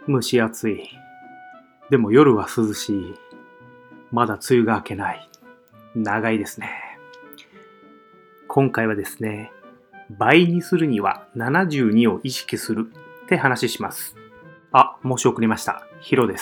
蒸し暑い。でも夜は涼しい。まだ梅雨が明けない。長いですね。今回はですね、倍にするには72を意識するって話します。申し遅れました。ヒロです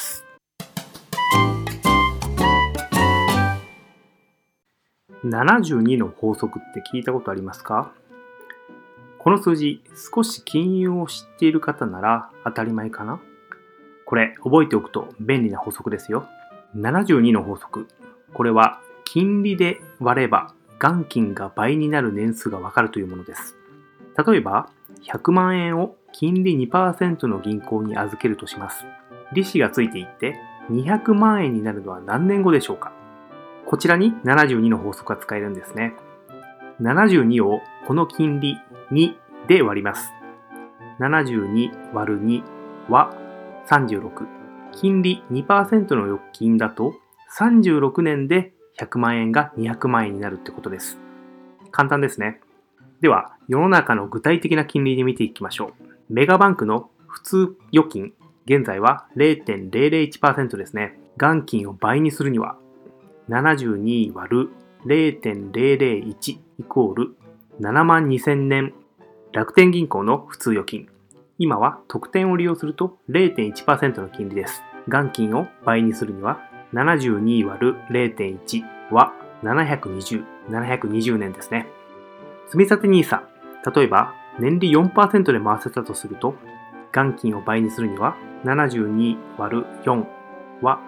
。72の法則って聞いたことありますか？この数字、少し金融を知っている方なら当たり前かな？これ覚えておくと便利な法則ですよ。72の法則。これは金利で割れば元金が倍になる年数がわかるというものです。例えば100万円を金利 2% の銀行に預けるとします。利子がついていって200万円になるのは何年後でしょうか？こちらに72の法則が使えるんですね。72をこの金利2で割ります。72割る2は36。金利 2% の預金だと36年で100万円が200万円になるってことです。簡単ですね。では、世の中の具体的な金利で見ていきましょう。メガバンクの普通預金、現在は 0.001% ですね。元金を倍にするには、72割る 0.001 イコール7万2000年。楽天銀行の普通預金。今は特典を利用すると 0.1% の金利です。元金を倍にするには72割る 0.1 は720年ですね。積立 NISA、例えば年利 4% で回せたとすると、元金を倍にするには72割る4は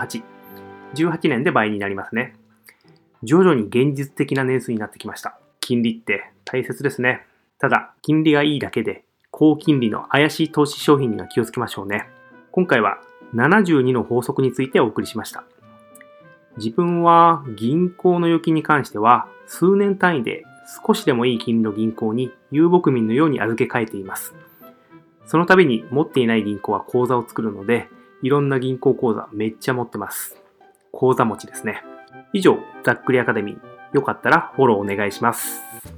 18。18年で倍になりますね。徐々に現実的な年数になってきました。金利って大切ですね。ただ、金利がいいだけで、高金利の怪しい投資商品には気をつけましょうね。今回は72の法則についてお送りしました。自分は銀行の預金に関しては、数年単位で少しでもいい金利の銀行に遊牧民のように預け替えています。その度に持っていない銀行は口座を作るので、いろんな銀行口座めっちゃ持ってます。口座持ちですね。以上、ざっくりアカデミー。よかったらフォローお願いします。